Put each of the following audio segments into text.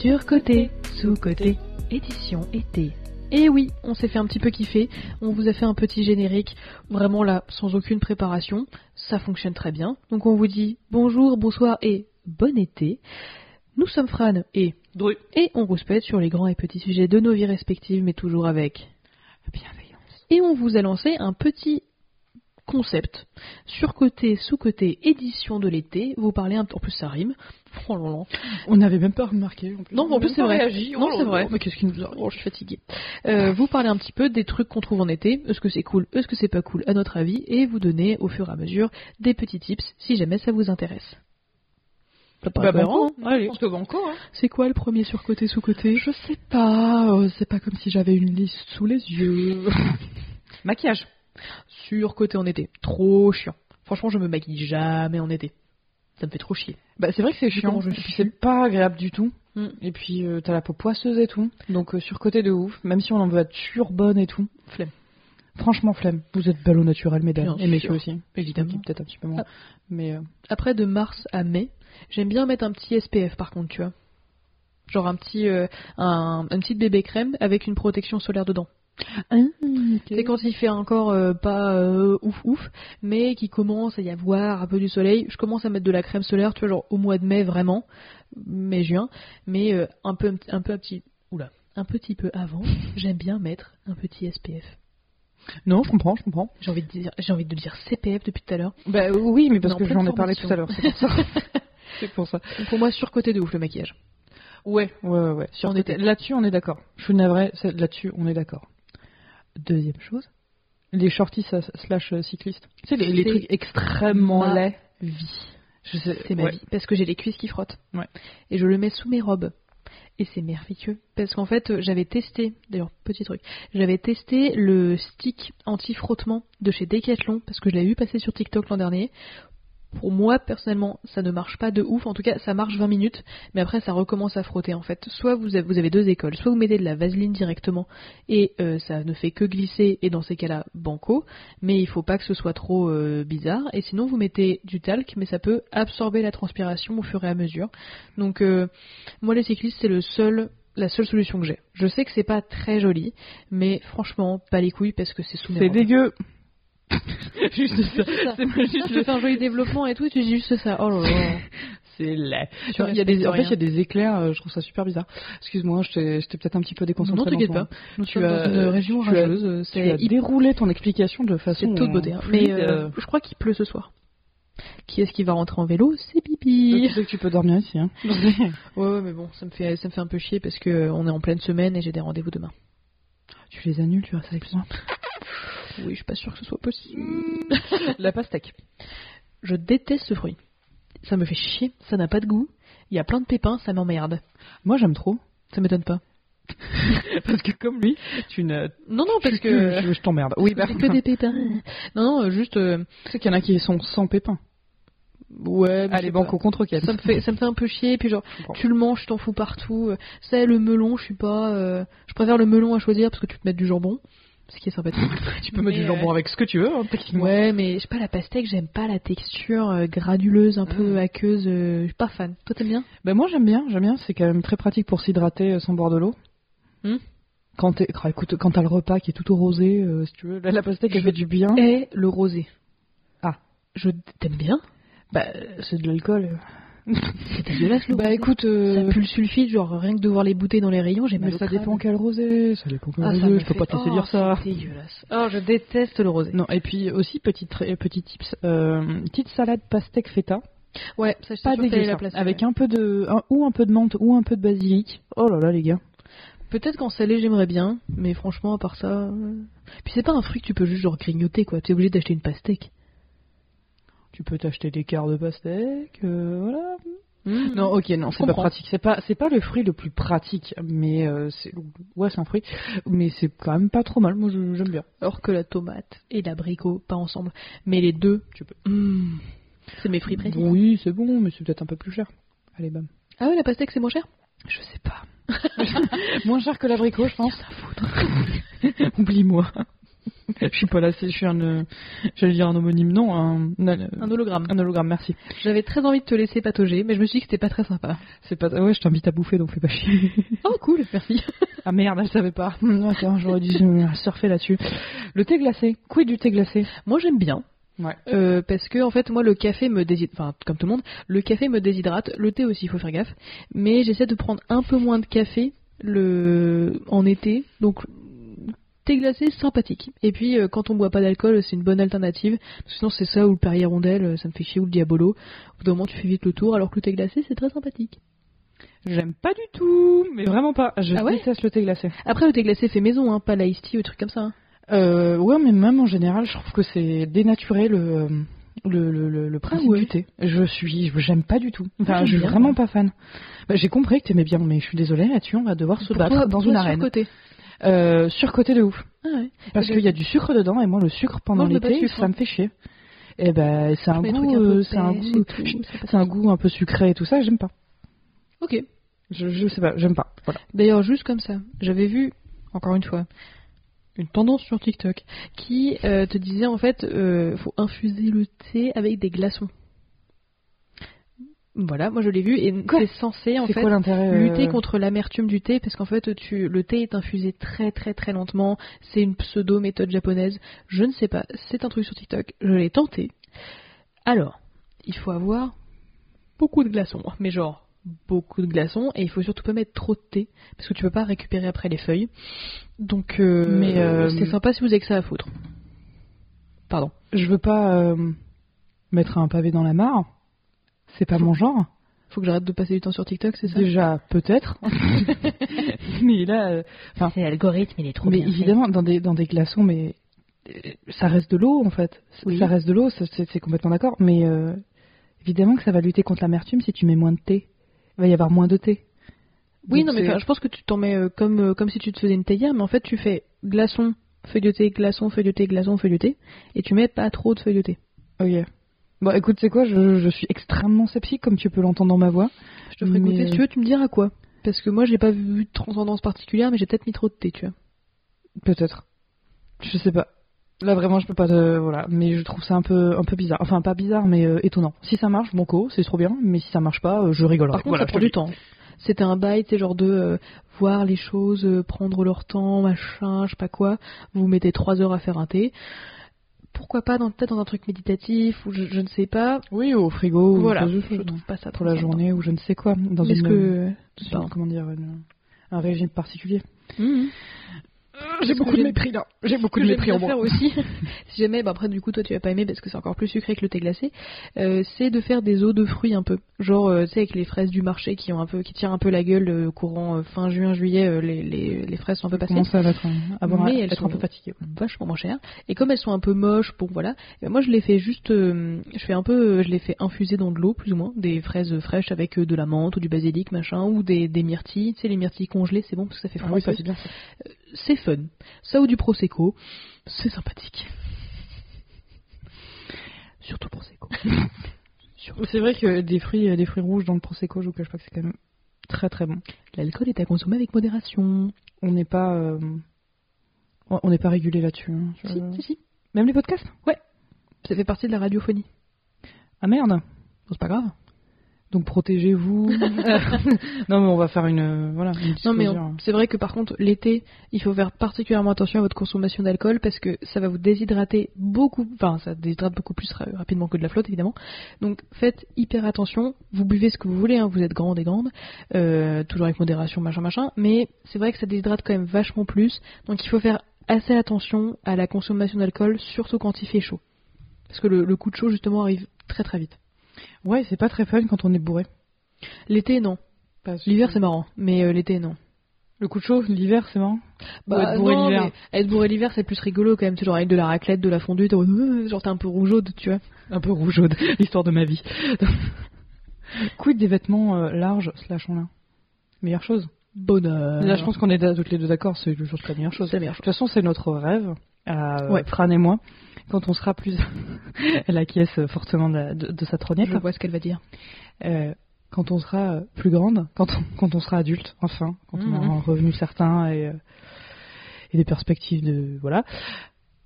Surcoté, sous-coté, édition été. Et oui, on s'est fait un petit peu kiffer, on vous a fait un petit générique, vraiment là, sans aucune préparation, ça fonctionne très bien. Donc on vous dit bonjour, bonsoir et bon été. Nous sommes Fran et Dru. Et on rouspète sur les grands et petits sujets de nos vies respectives, mais toujours avec bienveillance. Et on vous a lancé un petit concept, surcoté, sous-coté, édition de l'été, vous parlez en plus ça rime. Oh là là. On n'avait même pas remarqué. En plus. Non, en plus c'est vrai. Réagi. Non, c'est vrai. Mais qu'est-ce qui nous arrive? Oh, je suis fatiguée. Vous parlez un petit peu des trucs qu'on trouve en été, est-ce que c'est cool, est-ce que c'est pas cool à notre avis, et vous donnez au fur et à mesure des petits tips si jamais ça vous intéresse. Banco, allez. Je pense que banco, hein. C'est quoi le premier surcoté, sous-coté? Je sais pas, c'est pas comme si j'avais une liste sous les yeux. Maquillage. Surcoté en été. Trop chiant. Franchement, je me maquille jamais en été. Ça me fait trop chier. Bah c'est vrai que c'est chiant, je et puis c'est pas agréable du tout. Mm. Et puis t'as la peau poisseuse et tout, donc surcoté de ouf, même si on en veut être bonne et tout. Flemme. Franchement flemme. Vous êtes belle au naturel, mesdames. Bien Et messieurs sûr. aussi. Évidemment. Qui peut-être un petit peu moins. Ah. Mais Après, de mars à mai, j'aime bien mettre un petit SPF par contre, tu vois. Genre un petit bébé crème avec une protection solaire dedans. C'est quand il fait encore pas ouf, mais qu'il commence à y avoir un peu du soleil. Je commence à mettre de la crème solaire, tu vois, genre au mois de mai vraiment, mai-juin, mais un petit peu avant, j'aime bien mettre un petit SPF. Non, je comprends. J'ai envie de dire CPF depuis tout à l'heure. Bah oui, mais parce Non, que pleine j'en ai parlé formation. tout à l'heure, c'est pour ça. C'est pour ça. Pour moi, surcoté de ouf le maquillage. Ouais. Là-dessus, on est d'accord. Je suis navrée, là-dessus, on est d'accord. Deuxième chose, les shorties slash cyclistes. Tu sais, les C'est trucs extrêmement ma laids. vie. C'est Ma vie. Parce que j'ai les cuisses qui frottent. Ouais. Et je le mets sous mes robes. Et c'est merveilleux. Parce qu'en fait, j'avais testé, d'ailleurs, petit truc, j'avais testé le stick anti-frottement de chez Decathlon, parce que je l'avais vu passer sur TikTok l'an dernier. Pour moi, personnellement, ça ne marche pas de ouf. En tout cas, ça marche 20 minutes, mais après, ça recommence à frotter, en fait. Soit vous avez deux écoles. Soit vous mettez de la vaseline directement, et ça ne fait que glisser, et dans ces cas-là, banco. Mais il faut pas que ce soit trop bizarre. Et sinon, vous mettez du talc, mais ça peut absorber la transpiration au fur et à mesure. Donc, moi, les cyclistes, c'est la seule solution que j'ai. Je sais que c'est pas très joli, mais franchement, pas les couilles, parce que c'est sous mes C'est robes. dégueu. Juste ça. C'est pas juste je fais un joli développement et tout, et tu dis juste ça. Oh là là. C'est laid. Tu En fait, il y a respectes des éclairs, je trouve ça super bizarre. Excuse-moi, j'étais peut-être un petit peu déconcentré. Non, t'inquiète pas. Nous sommes dans une région rageuse. Tu as déroulé ton explication de façon. C'est toute beauté. Hein. fluide, Mais je crois qu'il pleut ce soir. Qui est-ce qui va rentrer en vélo? C'est Bibi. Tu sais que tu peux dormir ici. Hein. Ouais, mais bon, ça me fait un peu chier parce que on est en pleine semaine et j'ai des rendez-vous demain. Tu les annules, tu restes avec moi. Oui, je suis pas sûre que ce soit possible. La pastèque. Je déteste ce fruit. Ça me fait chier, ça n'a pas de goût. Il y a plein de pépins, ça m'emmerde. Moi, j'aime trop. Ça m'étonne pas. Parce que comme lui, tu ne. Non, parce que je t'emmerde. Oui, bah. c'est que des pépins. Non, juste. Tu sais qu'il y en a qui sont sans pépins. Ouais. Mais Allez, banco contre quel. ça me fait un peu chier. Puis genre, tu le manges, tu t'en fous partout. C'est le melon, je suis pas. Je préfère le melon à choisir parce que tu peux mettre du jambon. Ce qui est sympathique. Tu peux mettre du jambon avec ce que tu veux, hein, techniquement. Ouais, mais je sais pas, la pastèque, j'aime pas la texture granuleuse, un peu aqueuse. Je suis pas fan. Toi, t'aimes bien? Ben moi, j'aime bien. C'est quand même très pratique pour s'hydrater sans boire de l'eau. Quand t'as le repas qui est tout au rosé, si tu veux, la pastèque, elle fait du bien. Et le rosé. Ah. T'aimes bien? Bah, c'est de l'alcool. C'est dégueulasse le Bah rosé. écoute, ça pue le sulfite, genre rien que de voir les bouteilles dans les rayons, j'ai mal mais au ça crâne. dépend quel rosé, ça dépend quel ça rosé, me je peux fait- pas te laisser dire ça. C'est dégueulasse. Oh, je déteste le rosé. Non, et puis aussi, petit tips, petite salade pastèque feta, Ouais, ça je pas suis sûre que t'allais dégueu la ça, placer. avec un peu de menthe ou un peu de basilic. Oh là là les gars. Peut-être qu'en salé j'aimerais bien, mais franchement à part ça... Puis c'est pas un fruit que tu peux juste genre grignoter quoi, t'es obligé d'acheter une pastèque. Tu peux t'acheter des quarts de pastèque, voilà. Non, Non, ok, non, c'est pas pratique. C'est pas le fruit le plus pratique, mais c'est un fruit, mais c'est quand même pas trop mal. Moi, j'aime bien. alors que la tomate et l'abricot, pas ensemble. Mais les deux, Tu peux. c'est mes fruits préférés. Oui, c'est bon, mais c'est peut-être un peu plus cher. Allez, bam. Ah ouais, la pastèque c'est moins cher? Je sais pas. Moins cher que l'abricot, je pense. Oublie-moi. Je suis pas lassée, je suis j'allais dire un homonyme, non, un hologramme. Un hologramme, merci. J'avais très envie de te laisser patauger, mais je me suis dit que c'était pas très sympa. C'est pas, ouais, je t'invite à bouffer, donc fais pas chier. Oh cool, merci. Ah merde, elle savait pas. Attends, j'aurais dû surfer là-dessus. Le thé glacé, quid du thé glacé? Moi j'aime bien. Ouais. Parce que en fait moi le café me déshydrate, enfin comme tout le monde, le café me déshydrate, le thé aussi il faut faire gaffe, mais j'essaie de prendre un peu moins de café en été, donc thé glacé sympathique. Et puis quand on boit pas d'alcool c'est une bonne alternative, parce que sinon c'est ça ou le Perrier Rondelle, ça me fait chier, ou le Diabolo, au bout d'un moment tu fais vite le tour, alors que le thé glacé c'est très sympathique. J'aime pas du tout, mais vraiment pas, je déteste le thé glacé. Après le thé glacé fait maison, hein, pas l'ice tea ou truc comme ça. Ouais, mais même en général, je trouve que c'est dénaturé le principe du thé. J'aime pas du tout. Enfin, je suis vraiment pas fan. Bah, j'ai compris que t'aimais bien, mais je suis désolée, là-dessus, on va devoir se battre dans une arène. Surcoté de ouf. Ah ouais. Parce qu'il y a du sucre dedans, et moi, le sucre pendant l'été, ça me fait chier. Et ben, c'est un goût un peu sucré et tout ça, j'aime pas. Ok. Je sais pas, j'aime pas. Voilà. D'ailleurs, juste comme ça, j'avais vu, encore une fois, une tendance sur TikTok qui te disait en fait faut infuser le thé avec des glaçons. Voilà, moi je l'ai vu et c'est censé en fait lutter contre l'amertume du thé parce qu'en fait le thé est infusé très très très lentement, c'est une pseudo méthode japonaise, je ne sais pas, c'est un truc sur TikTok, je l'ai tenté. Alors, il faut avoir beaucoup de glaçons, mais genre beaucoup de glaçons et il faut surtout pas mettre trop de thé parce que tu peux pas récupérer après les feuilles. Donc c'est sympa si vous avez que ça à foutre. Pardon. Je veux pas mettre un pavé dans la mare. C'est pas mon genre. Faut que j'arrête de passer du temps sur TikTok, c'est ça? Déjà, peut-être. Mais là, c'est l'algorithme, il est trop bien. Mais évidemment, dans des glaçons, mais ça reste de l'eau en fait. Oui. Ça reste de l'eau, c'est complètement d'accord. Mais évidemment que ça va lutter contre l'amertume si tu mets moins de thé. Il va y avoir moins de thé. Oui, donc non, mais je pense que tu t'en mets comme si tu te faisais une théière, mais en fait tu fais glaçon, feuille de thé, glaçon, feuille de thé, glaçon, feuille de thé, et tu mets pas trop de feuilles de thé. Ok. Bon, écoute, c'est quoi, je suis extrêmement sceptique, comme tu peux l'entendre dans ma voix. Je te ferai goûter, si tu veux, tu me diras quoi. Parce que moi, j'ai pas vu de tendance particulière, mais j'ai peut-être mis trop de thé, tu vois. Peut-être. Je sais pas. Là, vraiment, je peux pas te... Voilà. Mais je trouve ça un peu bizarre. Enfin, pas bizarre, mais étonnant. Si ça marche, banco, c'est trop bien. Mais si ça marche pas, je rigolerai. Par contre, ça prend du temps. C'était un bail, c'est genre de voir les choses, prendre leur temps, machin, je sais pas quoi. Vous mettez 3 heures à faire un thé. Pourquoi pas peut-être dans un truc méditatif ou je ne sais pas. Oui, au frigo. Voilà. Je trouve pas ça pour la journée ou je ne sais quoi. Dans comment dire, un régime particulier. J'ai beaucoup de mépris là. J'ai beaucoup de mépris en moi. Faire aussi, si jamais, après du coup toi tu vas pas aimer parce que c'est encore plus sucré que le thé glacé, c'est de faire des eaux de fruits un peu. Genre tu sais avec les fraises du marché qui tirent un peu la gueule courant fin juin juillet, les fraises sont un peu passées. Comment ça va elles sont un peu fatiguées. Vachement moins chères. Et comme elles sont un peu moches, bon voilà, moi je les fais juste, je les fais infuser dans de l'eau plus ou moins, des fraises fraîches avec de la menthe ou du basilic machin ou des myrtilles, tu sais les myrtilles congelées c'est bon parce que ça fait froid. Ah oui, ça c'est bien. C'est fun. Ça ou du prosecco, c'est sympathique. Surtout prosecco. C'est vrai que des fruits rouges dans le prosecco, je vous cache pas que c'est quand même très très bon. L'alcool est à consommer avec modération. On n'est pas régulé là-dessus. Hein. Si. Même les podcasts? Ouais. Ça fait partie de la radiophonie. Ah merde. Bon, c'est pas grave. Donc protégez-vous. Non mais on va faire une discussion. Non mais c'est vrai que par contre l'été, il faut faire particulièrement attention à votre consommation d'alcool parce que ça va vous déshydrater beaucoup, enfin ça déshydrate beaucoup plus rapidement que de la flotte évidemment. Donc faites hyper attention, vous buvez ce que vous voulez, hein, vous êtes grande et grande, toujours avec modération machin, mais c'est vrai que ça déshydrate quand même vachement plus. Donc il faut faire assez attention à la consommation d'alcool, surtout quand il fait chaud. Parce que le coup de chaud justement arrive très très vite. Ouais, c'est pas très fun quand on est bourré. L'été, non. L'hiver, c'est marrant, mais l'été, non. Le coup de chaud, l'hiver, c'est marrant. Être bourré l'hiver. Être bourré l'hiver, c'est plus rigolo quand même. Tu genre avec de la raclette, de la fondue, genre t'es un peu rougeaude, tu vois. Un peu rougeaude, l'histoire de ma vie. Quid des vêtements larges / en lin. Meilleure chose. Bonheur. Là, je pense qu'on est toutes les deux d'accord, c'est toujours la meilleure chose. C'est la meilleure chose. De toute façon, c'est notre rêve, Fran et moi. Quand on sera plus... Elle acquiesce fortement de sa trônette. Je vois ce qu'elle va dire. Quand on sera plus grande, quand on sera adulte, enfin, quand on aura un revenu certain et des perspectives de... Voilà.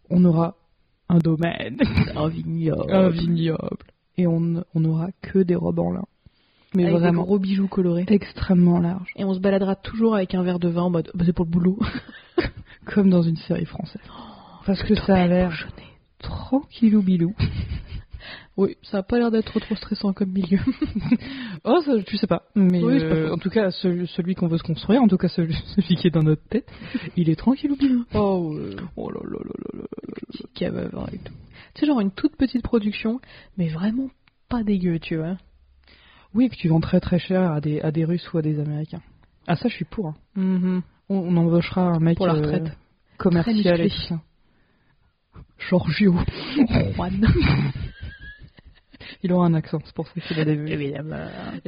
on aura un domaine, un vignoble, et on n'aura que des robes en lin. Mais avec vraiment des gros bijoux colorés. Extrêmement large. Et on se baladera toujours avec un verre de vin en mode c'est pour le boulot. Comme dans une série française. Parce que ça a l'air tranquillou bilou. Oui, ça a pas l'air d'être trop stressant comme milieu. Oh, ça, tu sais pas. Mais oui, en tout cas, celui qu'on veut se construire, en tout cas celui qui est dans notre tête, il est tranquillou bilou. Oh là là là là là là. Cavavre et tout. C'est genre une toute petite production, mais vraiment pas dégueu, tu vois. Oui, que tu vends très très cher à des Russes ou à des Américains. Ah ça, je suis pour. Hein. Mm-hmm. On embauchera un mec pour la retraite. Commercial et tout ça. Giorgio. Juan. Il aura un accent, c'est pour ça qu'il a des vues. Évidemment.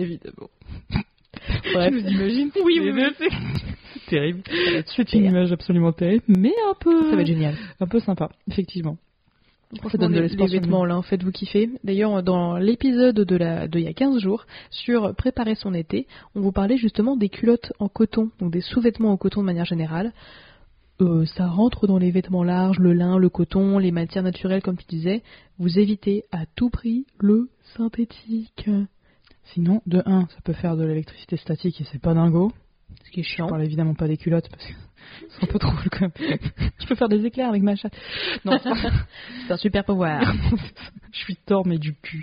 Bref. Je vous imagine. Oui. C'est terrible. C'est une image absolument terrible, mais un peu... Ça va être génial. Un peu sympa, effectivement. Ça donne de l'espoir. Les vêtements, là, faites-vous kiffer. D'ailleurs, dans l'épisode de il y a 15 jours, sur Préparer son été, on vous parlait justement des culottes en coton, donc des sous-vêtements en coton de manière générale. Ça rentre dans les vêtements larges, le lin, le coton, les matières naturelles, comme tu disais. Vous évitez à tout prix le synthétique. Sinon, de 1, ça peut faire de l'électricité statique et c'est pas dingo. Ce qui est chiant. Je parle évidemment pas des culottes parce que c'est un peu trop quand même. Je peux faire des éclairs avec ma chatte. Non, c'est un super pouvoir. Je suis Thor mais du cul.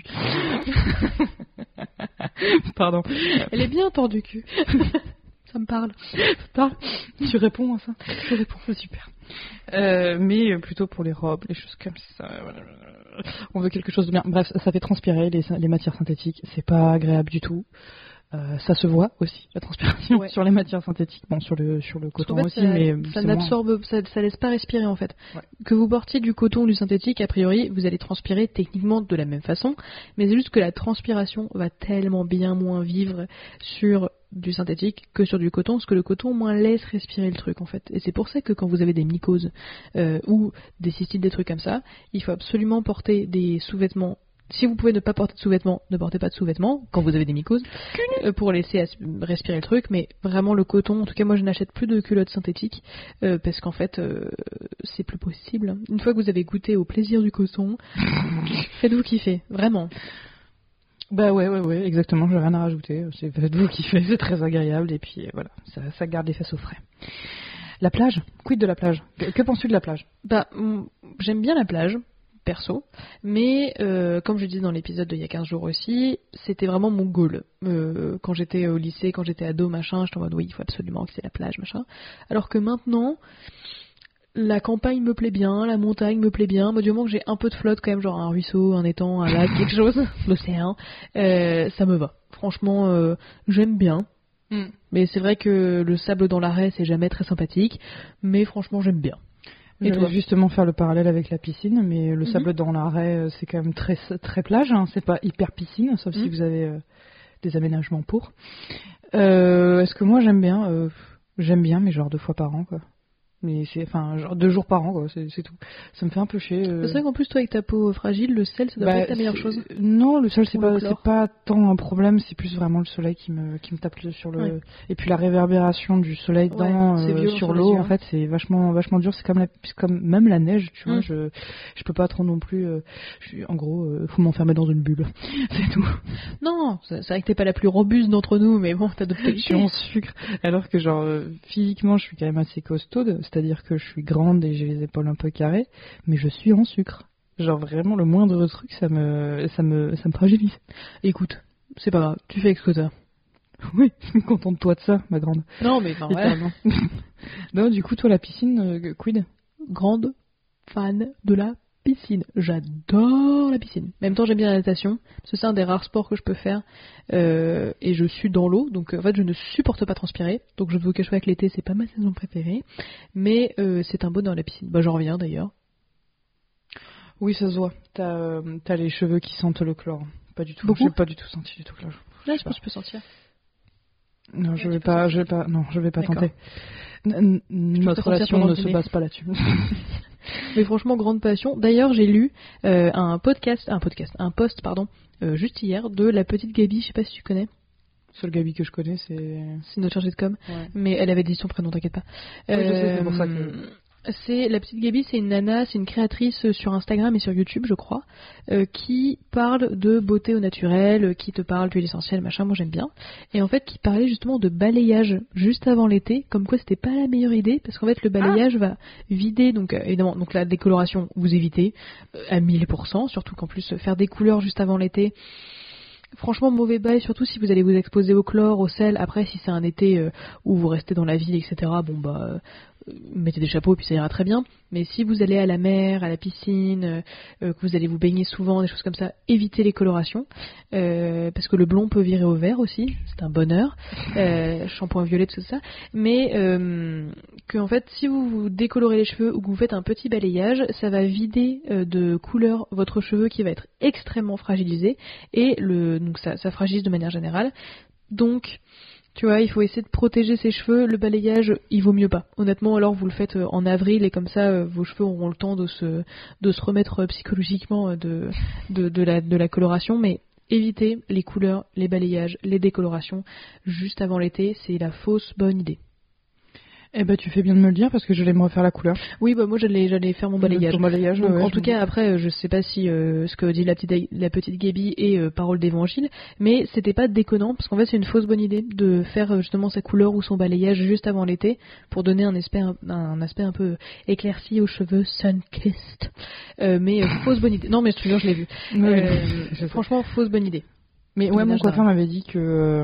Pardon. Elle est bien Thor du cul. Ça me parle. Tu réponds à ça? Je réponds, c'est super. Mais plutôt pour les robes, les choses comme ça. On veut quelque chose de bien. Bref, ça fait transpirer les matières synthétiques. C'est pas agréable du tout. Ça se voit aussi, la transpiration sur les matières synthétiques. Bon, sur le coton en fait, aussi, mais ça n'absorbe, ça laisse pas respirer en fait. Ouais. Que vous portiez du coton ou du synthétique, a priori, vous allez transpirer techniquement de la même façon, mais c'est juste que la transpiration va tellement bien moins vivre sur du synthétique que sur du coton, parce que le coton au moins laisse respirer le truc en fait. Et c'est pour ça que quand vous avez des mycoses ou des cystites, des trucs comme ça, il faut absolument porter des sous-vêtements. Si vous pouvez ne pas porter de sous-vêtements, ne portez pas de sous-vêtements quand vous avez des mycoses pour laisser respirer le truc. Mais vraiment le coton, en tout cas moi je n'achète plus de culottes synthétiques parce qu'en fait c'est plus possible. Une fois que vous avez goûté au plaisir du coton, faites-vous kiffer, vraiment. Bah ouais, exactement, j'ai rien à rajouter. Faites-vous kiffer, c'est très agréable et puis voilà, ça garde les fesses au frais. La plage, quid de la plage? Que penses-tu de la plage? Bah j'aime bien la plage. Perso, mais comme je disais dans l'épisode d'il y a 15 jours aussi, c'était vraiment mon goal. Quand j'étais au lycée, quand j'étais ado, machin, j'étais en mode oui, il faut absolument que c'est la plage, machin. Alors que maintenant, la campagne me plaît bien, la montagne me plaît bien, moi du moment que j'ai un peu de flotte quand même, genre un ruisseau, un étang, un lac, quelque chose, l'océan, ça me va. Franchement, j'aime bien. Mais c'est vrai que le sable dans l'arrêt, c'est jamais très sympathique, mais franchement, j'aime bien. Et je vais justement faire le parallèle avec la piscine, mais le sable dans l'arrêt, c'est quand même très, très plage, hein, c'est pas hyper piscine, sauf si vous avez des aménagements pour. Est-ce que moi j'aime bien mais genre 2 fois par an, quoi. Mais c'est, enfin, genre 2 jours par an, quoi, c'est tout. Ça me fait un peu chier. C'est vrai qu'en plus, toi, avec ta peau fragile, le sel, ça doit pas être la meilleure chose. Non, le sel, c'est pas tant un problème, c'est plus vraiment le soleil qui me tape sur le... Ouais. Et puis la réverbération du soleil sur l'eau, en fait, c'est vachement dur. C'est comme même la neige, tu vois, je peux pas trop non plus... en gros, faut m'enfermer dans une bulle. C'est tout. Non, c'est vrai que t'es pas la plus robuste d'entre nous, mais bon, t'as d'autres qualités. Je suis en sucre, alors que genre, physiquement, je suis quand même assez costaude. C'est-à-dire que je suis grande et j'ai les épaules un peu carrées, mais je suis en sucre. Genre vraiment le moindre truc, ça me fragilise. Écoute, c'est pas grave, tu fais avec ce que t'as. Oui, contente-toi de ça, ma grande. Non, mais enfin, ouais. Non, du coup, toi, la piscine, quid? Grande fan de la piscine. J'adore la piscine. En même temps, j'aime bien la natation. Parce que c'est un des rares sports que je peux faire. Et je suis dans l'eau. Donc, en fait, je ne supporte pas transpirer. Donc, je ne vous cache pas que l'été, c'est pas ma saison préférée. Mais c'est un bonheur la piscine. Bah, j'en reviens d'ailleurs. Oui, ça se voit. T'as les cheveux qui sentent le chlore. Pas du tout. Beaucoup. J'ai pas du tout senti du tout chlore. Là, je pense que je peux sentir. Non, je vais pas tenter. Notre relation ne se base pas là-dessus. Mais franchement, grande passion. D'ailleurs, j'ai lu un post, juste hier, de la petite Gabi, je sais pas si tu connais. Seule Gabi que je connais, c'est notre chargée de com. Ouais. Mais elle avait dit son prénom, t'inquiète pas. Oui, je sais, c'est pour ça que... La petite Gaby, c'est une nana, c'est une créatrice sur Instagram et sur YouTube, je crois, qui parle de beauté au naturel, qui te parle d'huile essentielle, machin, moi j'aime bien. Et en fait, qui parlait justement de balayage juste avant l'été, comme quoi c'était pas la meilleure idée, parce qu'en fait le balayage va vider, donc évidemment, donc la décoloration, vous évitez à 1000%, surtout qu'en plus faire des couleurs juste avant l'été, franchement mauvais bail, surtout si vous allez vous exposer au chlore, au sel. Après, si c'est un été où vous restez dans la ville, etc., bon bah mettez des chapeaux et puis ça ira très bien. Mais si vous allez à la mer, à la piscine, que vous allez vous baigner souvent, des choses comme ça, évitez les colorations, parce que le blond peut virer au vert aussi, c'est un bonheur, shampoing violet, tout ça. Mais que en fait, si vous décolorez les cheveux ou que vous faites un petit balayage, ça va vider de couleur votre cheveu qui va être extrêmement fragilisé, et donc ça fragilise de manière générale. Donc tu vois, il faut essayer de protéger ses cheveux. Le balayage, il vaut mieux pas. Honnêtement, alors vous le faites en avril et comme ça, vos cheveux auront le temps de se remettre psychologiquement de la coloration. Mais évitez les couleurs, les balayages, les décolorations juste avant l'été. C'est la fausse bonne idée. Eh ben, tu fais bien de me le dire parce que j'allais me refaire la couleur. Oui, bah moi j'allais faire mon balayage. Ton balayage, donc, ouais, en tout cas, après, je sais pas si ce que dit la petite Gaby est parole d'évangile, mais c'était pas déconnant parce qu'en fait c'est une fausse bonne idée de faire justement sa couleur ou son balayage juste avant l'été pour donner un aspect un peu éclairci aux cheveux sun-kissed. Mais fausse bonne idée. Non, mais je te jure, je l'ai vu. Franchement, fausse bonne idée. Mais ouais, mon coiffeur m'avait dit que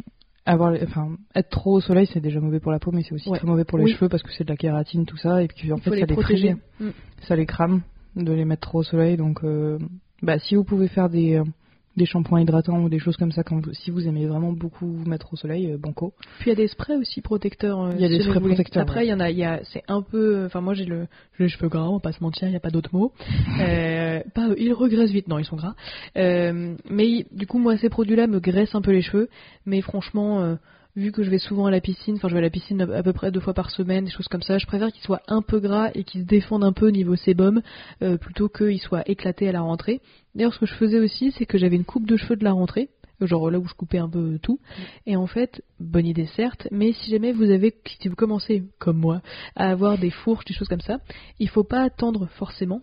être trop au soleil c'est déjà mauvais pour la peau, mais c'est aussi très mauvais pour les cheveux parce que c'est de la kératine, tout ça, et puis en fait ça les protéger. Ça les crame de les mettre trop au soleil. Donc si vous pouvez faire des shampoings hydratants ou des choses comme ça si vous aimez vraiment beaucoup vous mettre au soleil, banco. Puis il y a des sprays aussi protecteurs. Il y a des sprays protecteurs. Après il y a c'est un peu, enfin moi j'ai les cheveux gras, on va pas se mentir, il y a pas d'autre mot. Ils regraissent vite, non ils sont gras. Mais du coup moi ces produits là me graissent un peu les cheveux, mais franchement vu que je vais souvent à la piscine, enfin je vais à la piscine à peu près 2 fois par semaine, des choses comme ça, je préfère qu'ils soient un peu gras et qu'ils se défendent un peu au niveau sébum plutôt qu'ils soient éclatés à la rentrée. D'ailleurs ce que je faisais aussi c'est que j'avais une coupe de cheveux de la rentrée, genre là où je coupais un peu tout, et en fait, bonne idée certes, mais si jamais si vous commencez comme moi à avoir des fourches, des choses comme ça, il faut pas attendre forcément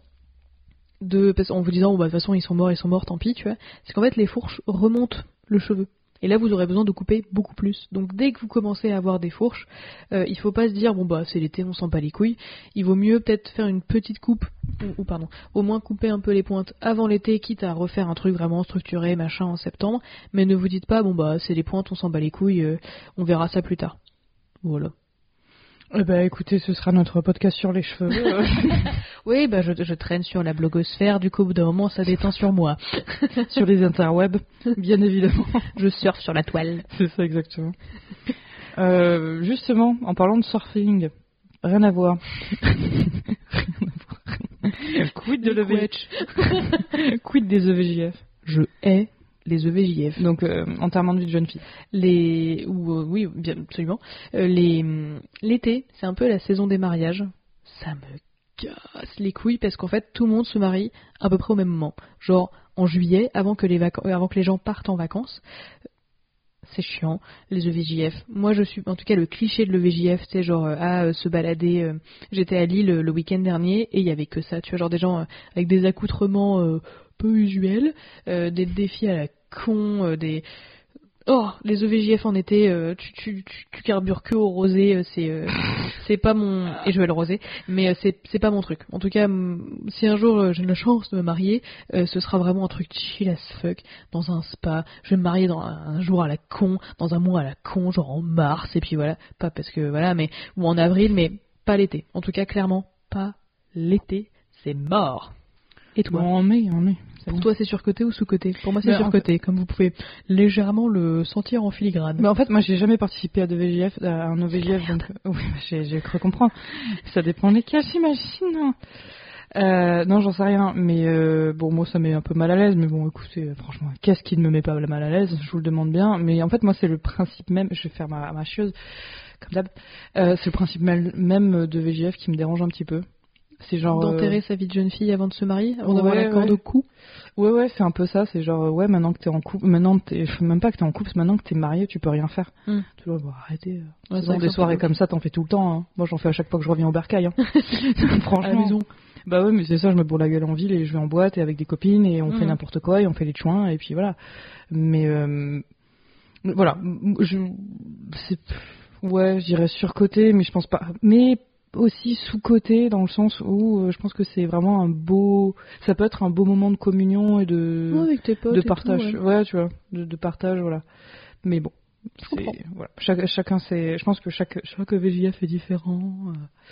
en vous disant de toute façon ils sont morts, tant pis, tu vois. C'est qu'en fait les fourches remontent le cheveu. Et là, vous aurez besoin de couper beaucoup plus. Donc, dès que vous commencez à avoir des fourches, il faut pas se dire, c'est l'été, on s'en bat les couilles. Il vaut mieux peut-être faire une petite coupe, au moins couper un peu les pointes avant l'été, quitte à refaire un truc vraiment structuré, machin, en septembre. Mais ne vous dites pas, c'est les pointes, on s'en bat les couilles, on verra ça plus tard. Voilà. Écoutez, ce sera notre podcast sur les cheveux. Oui, je traîne sur la blogosphère, du coup, au bout d'un moment, ça détend sur moi. Sur les interwebs, bien évidemment. Je surfe sur la toile. C'est ça, exactement. Justement, en parlant de surfing, rien à voir. Quid de l'EVJF. Quid des EVJF. Je hais les EVJF. Donc, enterrement de vie de jeune fille. Oui, bien, absolument. L'été, c'est un peu la saison des mariages. Ça me casse les couilles parce qu'en fait, tout le monde se marie à peu près au même moment. Genre, en juillet, avant que les gens partent en vacances. C'est chiant, les EVJF. Moi, je suis, en tout cas, le cliché de l'EVJF, c'est genre, se balader. J'étais à Lille le week-end dernier et il y avait que ça. Tu vois, genre des gens avec des accoutrements peu usuels, des défis à la con, les EVJF en été, tu carbures que au rosé, c'est pas mon, et je vais le rosé, mais c'est pas mon truc. En tout cas, si un jour j'ai la chance de me marier, ce sera vraiment un truc chill as fuck, dans un spa. Je vais me marier dans un jour à la con, dans un mois à la con, genre en mars, et puis voilà, pas parce que voilà, mais ou en avril, mais pas l'été. En tout cas, clairement, pas l'été, c'est mort. Et toi? Bon, en mai. Pour toi, c'est surcoté ou sous-coté? Pour moi, c'est surcoté, comme vous pouvez légèrement le sentir en filigrane. Mais en fait, moi, j'ai jamais participé à un EVJF, donc oui, j'ai cru comprendre. Ça dépend lesquels, j'imagine. Non, j'en sais rien, mais moi, ça met un peu mal à l'aise. Mais bon, écoutez, franchement, qu'est-ce qui ne me met pas mal à l'aise? Je vous le demande bien. Mais en fait, moi, c'est le principe même. Je vais faire ma chieuse, comme d'hab. C'est le principe même de VJF qui me dérange un petit peu. C'est genre d'enterrer sa vie de jeune fille avant de se marier, avant d'avoir l'accord de cou. Ouais, c'est un peu ça. C'est genre, maintenant que t'es en couple, même pas que t'es en couple, maintenant que t'es marié, tu peux rien faire. Tu dois arrêter. Des soirées comme ça, t'en fais tout le temps. Hein. Moi, j'en fais à chaque fois que je reviens au bercail. Hein. Franchement. À la maison. Bah ouais, mais c'est ça, je me bourre la gueule en ville et je vais en boîte et avec des copines et on fait n'importe quoi et on fait les chouins et puis voilà. Mais voilà, je dirais surcoté, mais je pense pas. Mais aussi sous-côté dans le sens où je pense que c'est vraiment ça peut être un beau moment de communion et avec tes potes de partage. Tout, ouais, tu vois, de partage, voilà. Mais bon, voilà. Chacun je pense que chaque VJF est différent.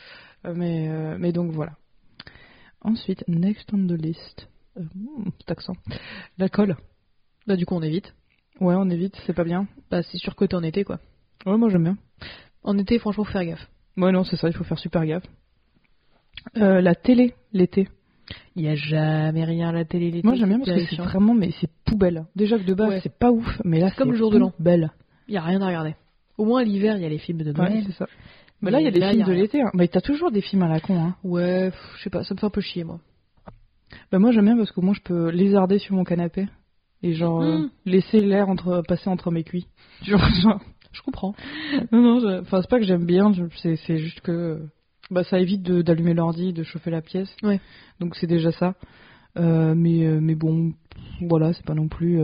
Mais donc voilà. Ensuite, next on the list. Cet accent. L'alcool. Bah du coup on évite. Ouais, on évite, c'est pas bien. Bah c'est surcoté en été quoi. Ouais, moi j'aime bien. En été, franchement, faut faire gaffe. Ouais, non, c'est ça, il faut faire super gaffe. La télé, l'été. Il y a jamais rien à la télé l'été. Moi j'aime bien parce que c'est vraiment, mais c'est poubelle. Déjà que de base c'est pas ouf, mais là c'est comme le jour de l'an. Belle. Il y a rien à regarder. Au moins l'hiver, il y a les films de Noël. Ouais, c'est ça. Mais là il y a des films de l'été. Hein. Mais t'as toujours des films à la con. Hein. Ouais, je sais pas, ça me fait un peu chier moi. Bah moi j'aime bien parce que moi je peux lézarder sur mon canapé et genre laisser l'air passer entre mes cuits. Genre. Je comprends. Non, c'est pas que j'aime bien, c'est juste que ça évite d'allumer l'ordi, de chauffer la pièce. Ouais. Donc c'est déjà ça. Mais bon, voilà, c'est pas non plus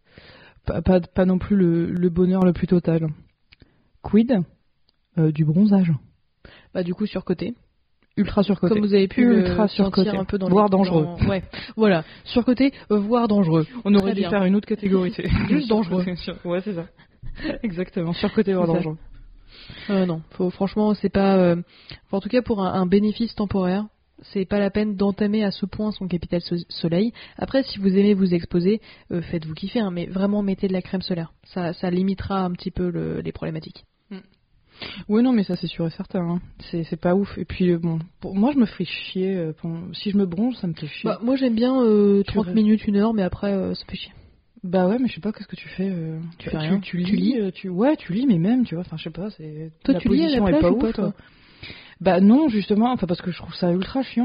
pas non plus le bonheur le plus total. Quid du bronzage. Bah du coup surcoté. Ultra surcoté. Comme vous avez pu ultra surcoté, un peu dans voire dangereux. Ouais, voilà, surcoté, voire dangereux. On aurait dû faire une autre catégorie. Juste dangereux. Ouais, c'est ça. Exactement, surcoté, voire dangereux. Non, franchement, c'est pas. En tout cas, pour un bénéfice temporaire, c'est pas la peine d'entamer à ce point son capital soleil. Après, si vous aimez vous exposer, faites-vous kiffer, hein, mais vraiment mettez de la crème solaire. Ça limitera un petit peu les problématiques. Oui, non, mais ça c'est sûr et certain. Hein. C'est pas ouf. Et puis bon, moi je me ferais chier. Si je me bronze, ça me fait chier. Bah, moi j'aime bien 30 minutes, 1 heure, mais après ça me fait chier. Bah ouais, mais je sais pas, qu'est-ce que tu fais Tu fais rien. Tu lis ouais, tu lis, mais même, tu vois, enfin je sais pas, c'est. Toi, tu lis à la plage ou pas, toi ? Bah non, justement, parce que je trouve ça ultra chiant.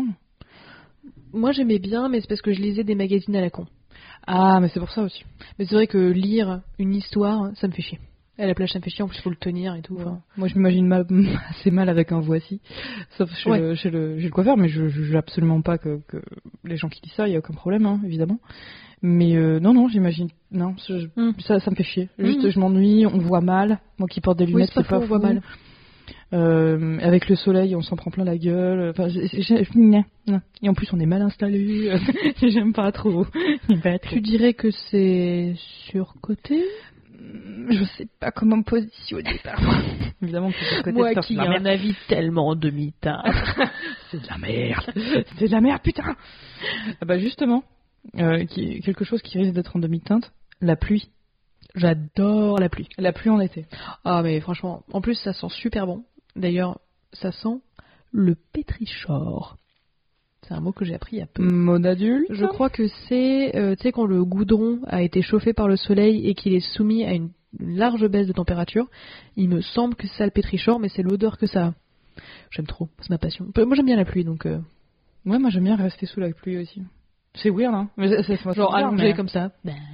Moi j'aimais bien, mais c'est parce que je lisais des magazines à la con. Ah, mais c'est pour ça aussi. Mais c'est vrai que lire une histoire, ça me fait chier. À la plage, ça me fait chier, en plus, il faut le tenir et tout. Ouais. Moi, je m'imagine assez mal avec un voici. Sauf chez le coiffeur, mais je juge absolument pas que les gens qui disent ça, il n'y a aucun problème, hein, évidemment. Mais non, j'imagine. Non, ça me fait chier. Juste, je m'ennuie, on voit mal. Moi qui porte des lunettes, c'est pas fou. On voit mal. Avec le soleil, on s'en prend plein la gueule. Enfin, non. Et en plus, on est mal installé. J'aime pas trop. Tu dirais que c'est surcoté ? Je sais pas comment me positionner. Évidemment que c'est côté. Moi qui ai un avis tellement demi-teinte. C'est de la merde. C'est de la merde, putain. Bah justement, quelque chose qui risque d'être en demi-teinte, la pluie. J'adore la pluie. La pluie en été. Ah mais franchement, en plus ça sent super bon. D'ailleurs, ça sent le pétrichor. C'est un mot que j'ai appris il y a peu. Mot d'adulte. Je crois que c'est, tu sais, quand le goudron a été chauffé par le soleil et qu'il est soumis à une large baisse de température, il me semble que c'est ça le pétrichor, mais c'est l'odeur que ça a. J'aime trop, c'est ma passion. Moi j'aime bien la pluie, donc... Ouais, moi j'aime bien rester sous la pluie aussi. C'est weird, hein, mais c'est genre allongé comme ça.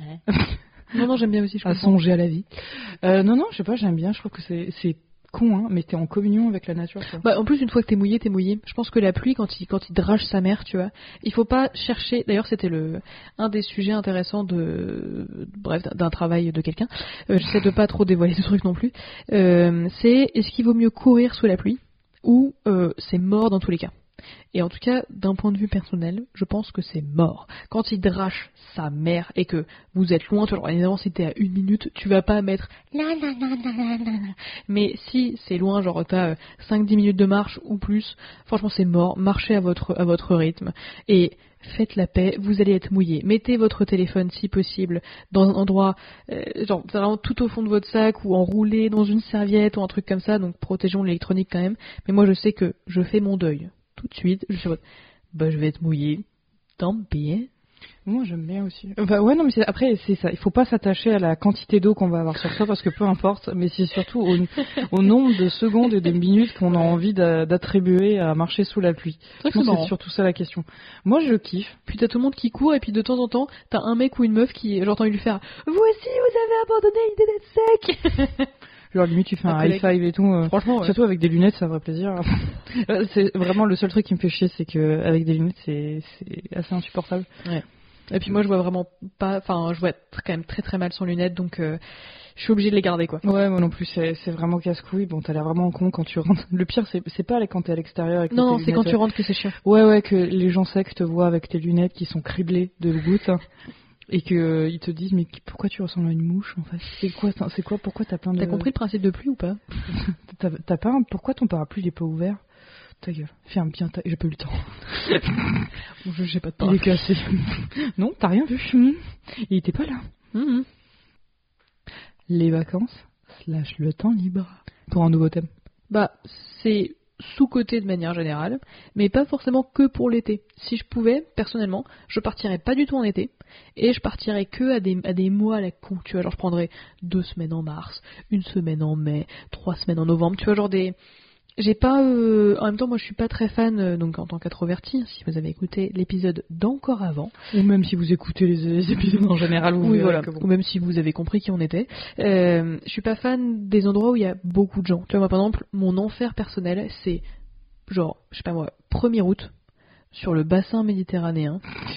Non, j'aime bien aussi. À songer à la vie. Non, je sais pas, j'aime bien, je trouve que c'est con, hein, mais t'es en communion avec la nature, quoi. Bah, en plus, une fois que t'es mouillé, t'es mouillé. Je pense que la pluie, quand il drache sa mère, tu vois, il faut pas chercher. D'ailleurs, c'était un des sujets intéressants d'un travail de quelqu'un. J'essaie de pas trop dévoiler ce truc non plus. C'est est-ce qu'il vaut mieux courir sous la pluie ou c'est mort dans tous les cas. Et en tout cas, d'un point de vue personnel, je pense que c'est mort. Quand il drache sa mère et que vous êtes loin, alors évidemment si t'es à 1 minute, tu vas pas mettre la. Mais si c'est loin, genre t'as 5-10 minutes de marche ou plus, franchement c'est mort. Marchez à votre rythme et faites la paix, vous allez être mouillé. Mettez votre téléphone si possible dans un endroit genre vraiment tout au fond de votre sac ou enroulé dans une serviette ou un truc comme ça, donc protégeons l'électronique quand même. Mais moi je sais que je fais mon deuil. Tout de suite, je vais être mouillé. Tant pis. Moi j'aime bien aussi. Enfin, ouais non mais après c'est ça, il faut pas s'attacher à la quantité d'eau qu'on va avoir sur soi parce que peu importe, mais c'est surtout au nombre de secondes et de minutes qu'on a envie d'attribuer à marcher sous la pluie. C'est surtout ça la question. Moi je kiffe. Puis t'as tout le monde qui court et puis de temps en temps t'as un mec ou une meuf qui j'entends lui faire vous aussi vous avez abandonné l'idée d'être sec. Genre limite tu fais un high five et tout. Franchement, ouais. Surtout avec des lunettes, ça ferait plaisir. C'est vraiment le seul truc qui me fait chier, c'est que avec des lunettes c'est assez insupportable. Ouais. Et puis moi je vois vraiment pas, enfin je vois quand même très très mal sans lunettes, donc je suis obligée de les garder quoi. Ouais, moi non plus, c'est vraiment casse-couille. Bon, t'as l'air vraiment con quand tu rentres. Le pire, c'est pas quand t'es à l'extérieur avec non, tes c'est lunettes. quand tu rentres que c'est chiant. Ouais, que les gens secs te voient avec tes lunettes qui sont criblées de gouttes et que ils te disent mais pourquoi tu ressembles à une mouche en fait. C'est quoi pourquoi t'as plein de. T'as compris le principe de pluie ou pas? T'as pas pourquoi ton parapluie il est pas ouvert? Ta gueule, ferme bien j'ai pas eu le temps. Bon, j'ai pas de parapluie. Il est cassé. Non, t'as rien vu. Il était pas là. Les vacances / le temps libre. Pour un nouveau thème. Bah, c'est sous-coté de manière générale, mais pas forcément que pour l'été. Si je pouvais, personnellement, je partirais pas du tout en été, et je partirais que à des mois à la con, tu vois, genre je prendrais 2 semaines en mars, 1 semaine en mai, 3 semaines en novembre, tu vois, genre des... J'ai pas... En même temps, moi je suis pas très fan, donc en tant qu'introverti, si vous avez écouté l'épisode d'encore avant... Ou même si vous écoutez les épisodes en général, vous oui, voilà. Ou même si vous avez compris qui on était. Je suis pas fan des endroits où il y a beaucoup de gens. Tu vois, moi par exemple, mon enfer personnel, c'est genre, je sais pas moi, 1er août, sur le bassin méditerranéen,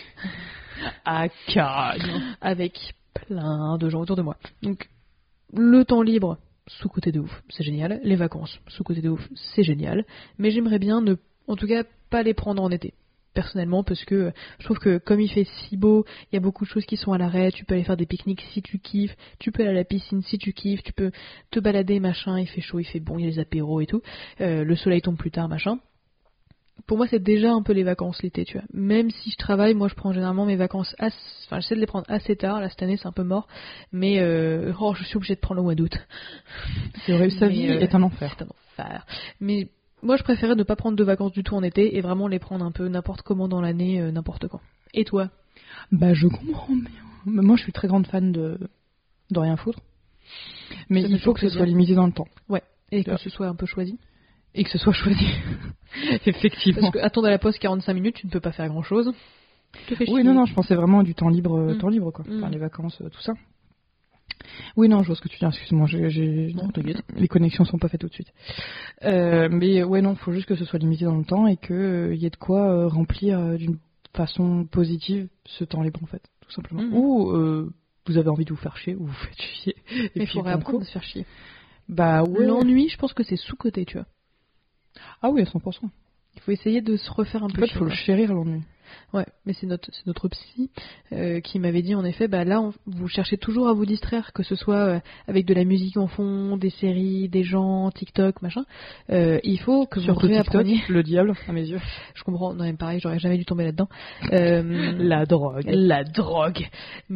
à Cannes, avec plein de gens autour de moi. Donc, le temps libre... sous-côté de ouf, c'est génial. Les vacances, sous-côté de ouf, c'est génial. Mais j'aimerais bien en tout cas, pas les prendre en été. Personnellement, parce que je trouve que comme il fait si beau, il y a beaucoup de choses qui sont à l'arrêt. Tu peux aller faire des pique-niques si tu kiffes. Tu peux aller à la piscine si tu kiffes. Tu peux te balader, machin. Il fait chaud, il fait bon, il y a les apéros et tout. Le soleil tombe plus tard, machin. Pour moi, c'est déjà un peu les vacances l'été, tu vois. Même si je travaille, moi, je prends généralement mes vacances enfin, j'essaie de les prendre assez tard. Là, cette année, c'est un peu mort. Mais, je suis obligée de prendre le mois d'août. C'est vrai, sa vie est un enfer. C'est un enfer. Mais moi, je préférais ne pas prendre de vacances du tout en été et vraiment les prendre un peu n'importe comment dans l'année, n'importe quand. Et toi? Bah, je comprends bien. Moi, je suis très grande fan de rien foutre. Mais il faut que ce soit limité dans le temps. Ouais. Et que ce soit un peu choisi. Et que ce soit choisi. Effectivement. Parce que attendre à la pause 45 minutes, tu ne peux pas faire grand chose. Oui, non, je pensais vraiment du temps libre, quoi. Enfin, les vacances, tout ça. Oui, non, je vois ce que tu dis, excuse-moi, Non, t'inquiète. Les connexions sont pas faites tout de suite. Mais ouais, non, faut juste que ce soit limité dans le temps et que y ait de quoi remplir d'une façon positive ce temps libre, en fait, tout simplement. Ou vous avez envie de vous faire chier, ou vous faites chier. Mais il faudrait apprendre à se faire chier. Bah ouais. L'ennui, je pense que c'est sous-côté, tu vois. Ah oui, à 100%. Il faut essayer de se refaire un peu. En fait, il faut le chérir l'ennui. Ouais, mais c'est notre psy qui m'avait dit en effet, bah là, vous cherchez toujours à vous distraire, que ce soit avec de la musique en fond, des séries, des gens, TikTok, machin. Il faut que vous réappreniez. Le diable, à mes yeux. Je comprends, non, mais pareil, j'aurais jamais dû tomber là-dedans. La drogue.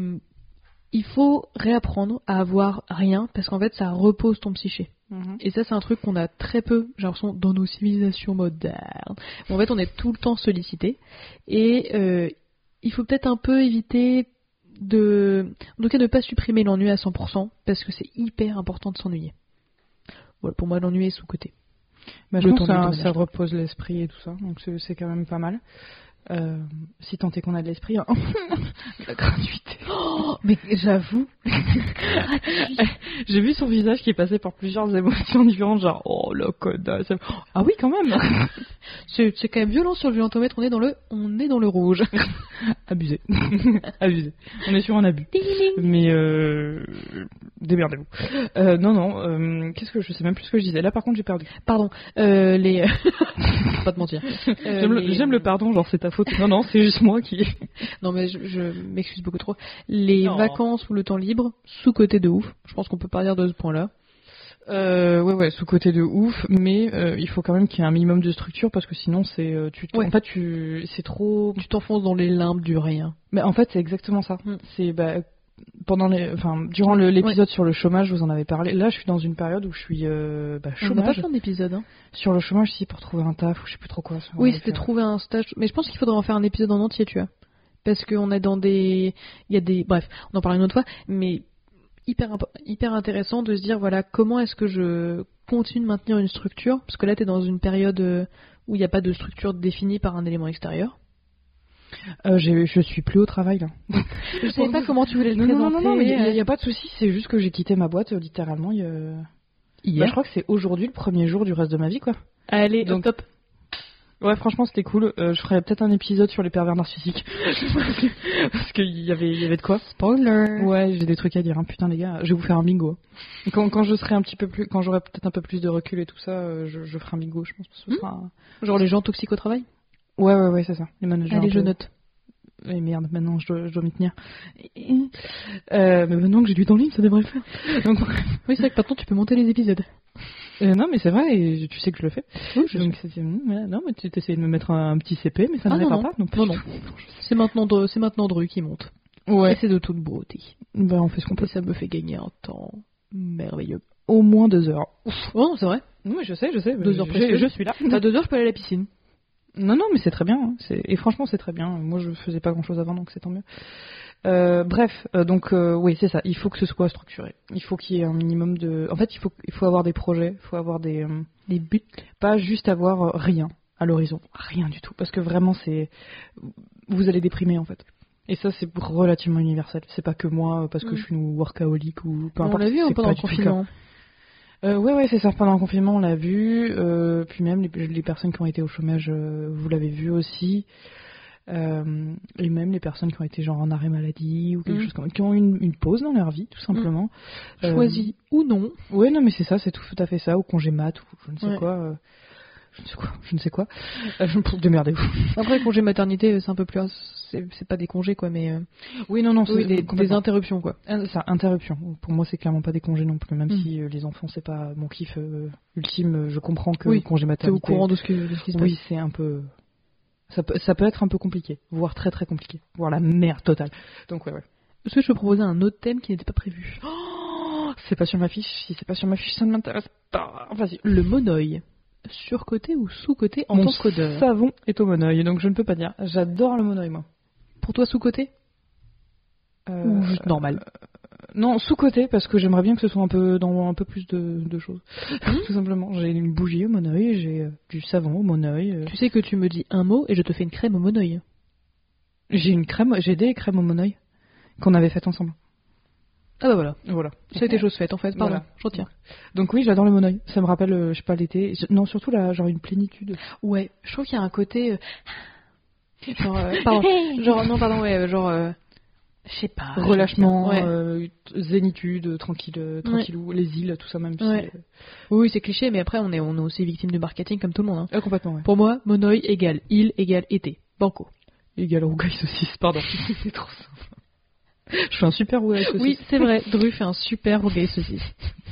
Il faut réapprendre à avoir rien, parce qu'en fait, ça repose ton psyché. Et ça, c'est un truc qu'on a très peu, j'ai l'impression, dans nos civilisations modernes. En fait, on est tout le temps sollicité. Et il faut peut-être un peu éviter en tout cas, de pas supprimer l'ennui à 100%, parce que c'est hyper important de s'ennuyer. Voilà, pour moi, l'ennui est sous-côté. Bah, je pense que ça repose l'esprit et tout ça, donc c'est quand même pas mal. Si tant est qu'on a de l'esprit, hein. La gratuité. Oh, mais j'avoue. J'ai vu son visage qui est passé par plusieurs émotions différentes, genre oh la connasse. Ah oui, quand même. C'est quand même violent sur le violentomètre. On est dans le rouge. Abusé. Abusé. On est sur un abus. Mais démerdez-vous. Non. Qu'est-ce que je sais même plus ce que je disais. Là, par contre, j'ai perdu. Pardon. Les. Pas te mentir. J'aime le pardon, genre c'est ta faute. Non, c'est juste moi qui. Non, mais je m'excuse beaucoup trop. Les vacances ou le temps libre, sous-côté de ouf. Je pense qu'on peut partir de ce point-là. Ouais, sous-côté de ouf, mais il faut quand même qu'il y ait un minimum de structure parce que sinon c'est en fait c'est trop. Tu t'enfonces dans les limbes du rien. Mais en fait c'est exactement ça. C'est durant l'épisode sur le chômage, je vous en avais parlé. Là, je suis dans une période où je suis chômage. On n'a pas fait un épisode. Hein. Sur le chômage, si pour trouver un taf ou je sais plus trop quoi. Oui, c'était trouver un stage. Mais je pense qu'il faudrait en faire un épisode en entier, tu vois. Parce qu'on est dans des... Il y a des... Bref, on en parlera une autre fois, mais hyper intéressant de se dire, voilà, comment est-ce que je continue de maintenir une structure, parce que là, t'es dans une période où il n'y a pas de structure définie par un élément extérieur. Je suis plus au travail là. Je savais pas comment tu voulais le présenter. Non, mais il y a pas de souci, c'est juste que j'ai quitté ma boîte littéralement hier. Je crois que c'est aujourd'hui le premier jour du reste de ma vie, quoi. Allez, donc top. Ouais, franchement, c'était cool. Je ferais peut-être un épisode sur les pervers narcissiques. Parce qu'il y avait de quoi. Spoiler. Ouais, j'ai des trucs à dire. Hein. Putain, les gars, je vais vous faire un bingo. Quand je serai un petit peu plus, quand j'aurai peut-être un peu plus de recul et tout ça, je ferai un bingo. Je pense que ce sera genre les gens toxiques au travail. Ouais, c'est ça. Les managers. Allez, je note. Et merde, maintenant je dois m'y tenir. Mais maintenant que j'ai du temps libre, ça devrait le faire. Donc, oui, c'est vrai que maintenant tu peux monter les épisodes. Non, mais c'est vrai, et tu sais que je le fais. Oui, donc, non, mais tu essayes de me mettre un petit CP, mais ça n'arrive pas. Non. C'est maintenant Dru qui monte. Ouais. Et c'est de toute beauté. Bah, on fait ce qu'on peut. Et ça me fait gagner un temps merveilleux. Au moins 2 heures. Ouf. Oh non, c'est vrai. Oui, je sais. 2 heures je suis là. À 2 heures, je peux aller à la piscine. Non, mais c'est très bien. Hein. Et franchement, c'est très bien. Moi, je faisais pas grand-chose avant, donc c'est tant mieux. Bref, oui, c'est ça. Il faut que ce soit structuré. Il faut qu'il y ait un minimum de... En fait, il faut avoir des projets, il faut avoir des buts. Pas juste avoir rien à l'horizon. Rien du tout. Parce que vraiment, vous allez déprimer, en fait. Et ça, c'est relativement universel. C'est pas que moi, parce que je suis une workaholic ou peu importe. On l'a vu pendant le confinement. Ouais, c'est ça. Pendant le confinement, on l'a vu. Puis même les personnes qui ont été au chômage, vous l'avez vu aussi. Et même les personnes qui ont été genre en arrêt maladie ou quelque chose comme ça, qui ont une pause dans leur vie, tout simplement. Choisie ou non. Ouais, non, mais c'est ça, c'est tout à fait ça. Ou congé mat ou je ne sais quoi. Je ne sais quoi. Démerdez-vous. Après, congé maternité, c'est un peu plus... C'est pas des congés, quoi, mais... Oui, non, c'est des interruptions, quoi. Ça, interruption. Pour moi, c'est clairement pas des congés non plus, même si les enfants, c'est pas mon kiff ultime. Je comprends que le congé maternité... T'es au courant de ce qui se passe. Oui, c'est un peu... Ça peut être un peu compliqué, voire très très compliqué, voire la merde totale. Donc ouais. Est-ce que je peux proposer un autre thème qui n'était pas prévu? C'est pas sur ma fiche. Si c'est pas sur ma fiche, ça ne m'intéresse pas. Vas-y. Le monoeil. Surcoté ou sous-coté en tant qu'odeur? Mon savon est au monoeil, donc je ne peux pas dire. J'adore le monoeil, moi. Pour toi, sous-coté ou juste normal? Non, sous-coté, parce que j'aimerais bien que ce soit un peu plus de choses. Tout simplement. J'ai une bougie au monoeil, j'ai du savon au monoeil. Tu sais que tu me dis un mot et je te fais une crème au monoeil. J'ai des crèmes au monoeil qu'on avait faites ensemble. Ah bah voilà. Ça a été chose faite en fait, pardon, voilà. Je retiens. Donc oui, j'adore le monoeil. Ça me rappelle, je sais pas, l'été. Non, surtout genre une plénitude. Ouais, je trouve qu'il y a un côté... pardon. Je sais pas. Relâchement, zénitude, tranquillou, les îles, tout ça même. Oui, c'est cliché, mais après on est aussi victime du marketing comme tout le monde. Hein. Complètement, ouais. Pour moi, monoeil égale île égale été. Banco. Égale rougail saucisse, pardon. C'est trop simple. Je fais un super rougail saucisse. Oui, c'est vrai, Dru fait un super rougail saucisse.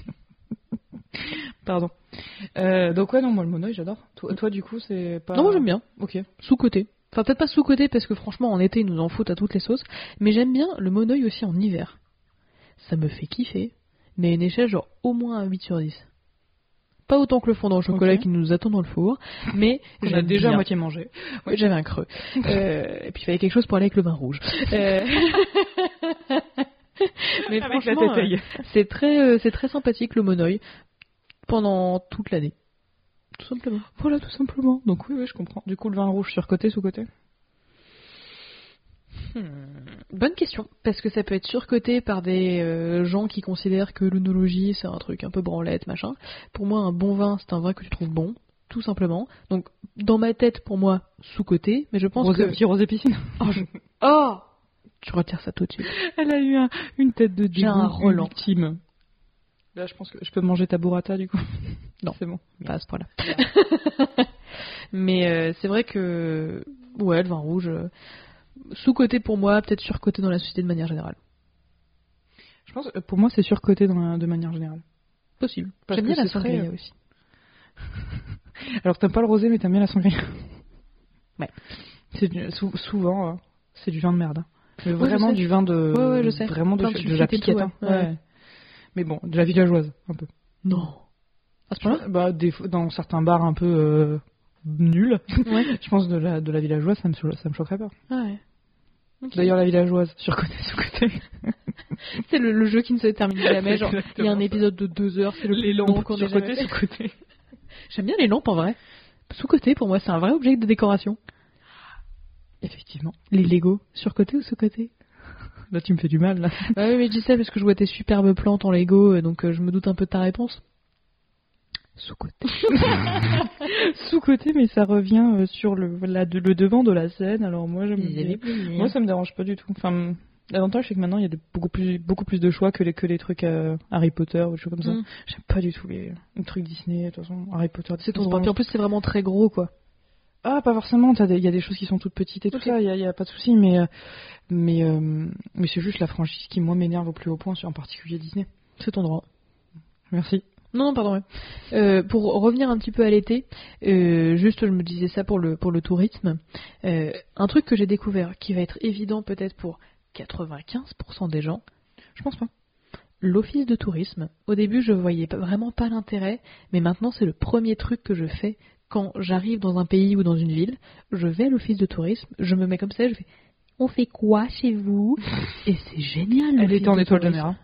Pardon. Donc ouais, non, moi le monoeil, j'adore. Toi, du coup, c'est pas... Non, moi j'aime bien. Ok. Sous-côté. Enfin, peut-être pas sous-côté, parce que franchement, en été, ils nous en foutent à toutes les sauces. Mais j'aime bien le monoeil aussi en hiver. Ça me fait kiffer. Mais une échelle, genre, au moins un 8 sur 10. Pas autant que le fondant au chocolat qui nous attend dans le four. Mais on a déjà à moitié mangé. Oui, j'avais un creux. Et puis il fallait quelque chose pour aller avec le vin rouge. Mais avec la tétaille. C'est très sympathique le monoeil pendant toute l'année. Tout simplement. Voilà, tout simplement. Donc oui, je comprends. Du coup, le vin rouge surcoté, sous-coté? Bonne question. Parce que ça peut être surcoté par des gens qui considèrent que l'œnologie, c'est un truc un peu branlette, machin. Pour moi, un bon vin, c'est un vin que tu trouves bon, tout simplement. Donc, dans ma tête, pour moi, sous-coté. Mais je pense que... Petit rosé piscine. Oh tu retires ça tout de suite. Elle a eu une tête de dégoût. J'ai un Roland. Ultime. Là, je pense que je peux manger ta burrata, du coup. Non, c'est bon. Pas à ce point-là. Mais c'est vrai que... Ouais, le vin rouge... Sous-coté pour moi, peut-être surcoté dans la société de manière générale. Je pense que pour moi, c'est surcoté de manière générale. Possible. J'aime bien la sangria aussi. Alors, t'aimes pas le rosé, mais t'aimes bien la sangria. Ouais. Souvent, c'est du vin de merde. Ouais, vraiment du vin de... Ouais, je sais. Vraiment de la piquette. Ouais. Mais bon, de la villageoise, un peu. Non. À ce point-là dans certains bars un peu nuls, je pense de la villageoise, ça me choquerait pas. Ah ouais. Okay. D'ailleurs, la villageoise, surcoté, sous-côté. C'est le jeu qui ne se termine jamais. Genre, il y a un épisode de 2 heures, c'est les lampes qu'on a jamais fait. Sous-côté. J'aime bien les lampes en vrai. Sous-côté, pour moi, c'est un vrai objet de décoration. Effectivement. Les Lego, surcoté ou sous-côté? Là, tu me fais du mal, là. Bah oui, mais je dis ça parce que je vois tes superbes plantes en Lego, donc je me doute un peu de ta réponse. Sous-côté. Sous-côté, mais ça revient sur le devant de la scène. Alors moi, moi, ça me dérange pas du tout. Enfin, l'avantage, c'est que maintenant, il y a beaucoup plus de choix que les trucs Harry Potter ou des choses comme ça. J'aime pas du tout les trucs Disney. De toute façon, Harry Potter, c'est ton droit. Puis en plus, c'est vraiment très gros, quoi. Ah, pas forcément. Il y a des choses qui sont toutes petites et tout ça. Il y a pas de souci, mais c'est juste la franchise qui moi m'énerve au plus haut point, en particulier Disney. C'est ton droit. Merci. Non, pardon. Ouais. Pour revenir un petit peu à l'été, juste je me disais ça pour le tourisme. Un truc que j'ai découvert qui va être évident peut-être pour 95% des gens, je pense pas. L'office de tourisme. Au début, je voyais vraiment pas l'intérêt, mais maintenant c'est le premier truc que je fais quand j'arrive dans un pays ou dans une ville. Je vais à l'office de tourisme, je me mets comme ça, je fais. On fait quoi chez vous? Et c'est génial. Elle était en étoile de mer. Hein.